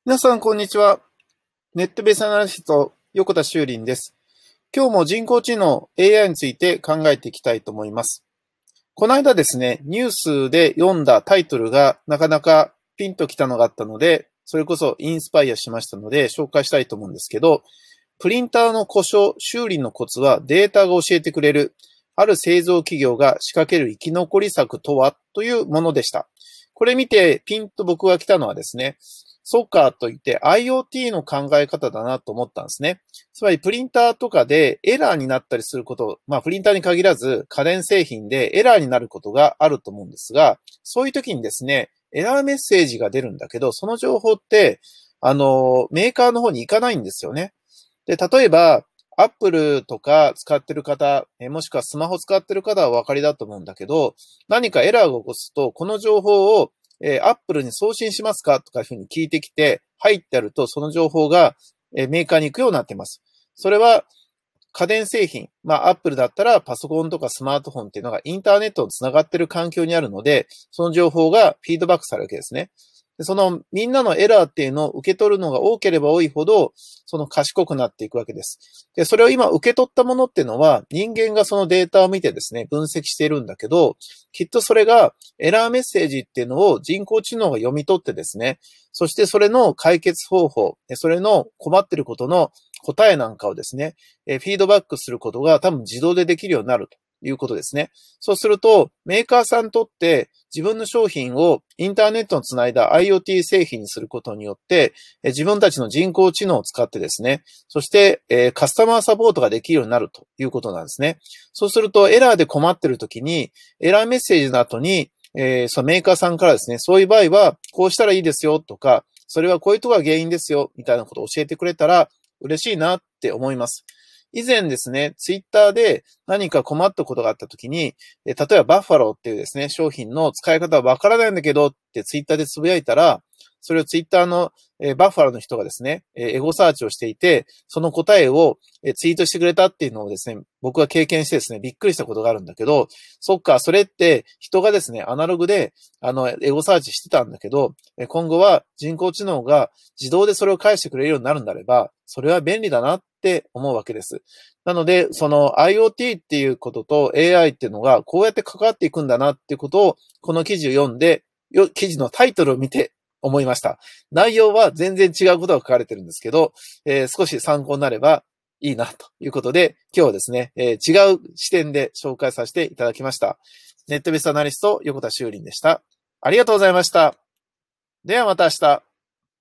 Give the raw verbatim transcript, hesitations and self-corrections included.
皆さん、こんにちは。ネットベースアナリスト、横田修林です。今日も人工知能 エーアイ について考えていきたいと思います。この間ですね、ニュースで読んだタイトルがなかなかピンときたのがあったので、それこそインスパイアしましたので紹介したいと思うんですけど、プリンターの故障、修理のコツはデータが教えてくれる。ある製造企業が仕掛ける生き残り策とはというものでした。これ見てピンと僕が来たのはですね、そうかと言って IoT の考え方だなと思ったんですね。つまりプリンターとかでエラーになったりすること、まあプリンターに限らず家電製品でエラーになることがあると思うんですが、そういう時にですね、エラーメッセージが出るんだけど、その情報って、あの、メーカーの方に行かないんですよね。で、例えば、アップルとか使ってる方、もしくはスマホ使ってる方はお分かりだと思うんだけど、何かエラーを起こすと、この情報をえー、アップルに送信しますかとかいうふうに聞いてきて、入ってあると、その情報が、えー、メーカーに行くようになっています。それは、家電製品、まあ、アップルだったらパソコンとかスマートフォンっていうのがインターネットとつながっている環境にあるので、その情報がフィードバックされるわけですね。でそのみんなのエラーっていうのを受け取るのが多ければ多いほど、その賢くなっていくわけです。で、それを今受け取ったものっていうのは、人間がそのデータを見てですね、分析しているんだけど、きっとそれがエラーメッセージっていうのを人工知能が読み取ってですね、そしてそれの解決方法、それの困っていることの答えなんかをですね、フィードバックすることが多分自動でできるようになるということですね。そうすると、メーカーさんにとって自分の商品をインターネットにつないだ IoT 製品にすることによって、自分たちの人工知能を使ってですね、そしてカスタマーサポートができるようになるということなんですね。そうすると、エラーで困っているときに、エラーメッセージの後に、えー、そのメーカーさんからですね、そういう場合は、こうしたらいいですよとか、それはこういうところが原因ですよ、みたいなことを教えてくれたら嬉しいなって思います。以前ですね、ツイッターで何か困ったことがあったときに、例えばバッファローっていうですね、商品の使い方はわからないんだけどってツイッターでつぶやいたら、それをツイッターのバッファローの人がですね、エゴサーチをしていて、その答えをツイートしてくれたっていうのをですね、僕は経験してですね、びっくりしたことがあるんだけど、そっか、それって人がですね、アナログで、あの、エゴサーチしてたんだけど、今後は人工知能が自動でそれを返してくれるようになるんであれば、それは便利だなって思うわけです。なので、その IoT っていうことと エーアイ っていうのがこうやって関わっていくんだなっていうことを、この記事を読んで、記事のタイトルを見て思いました。内容は全然違うことが書かれてるんですけど、えー、少し参考になればいいなということで、今日はですね、えー、違う視点で紹介させていただきました。ネットベースアナリスト、横田修林でした。ありがとうございました。ではまた明日。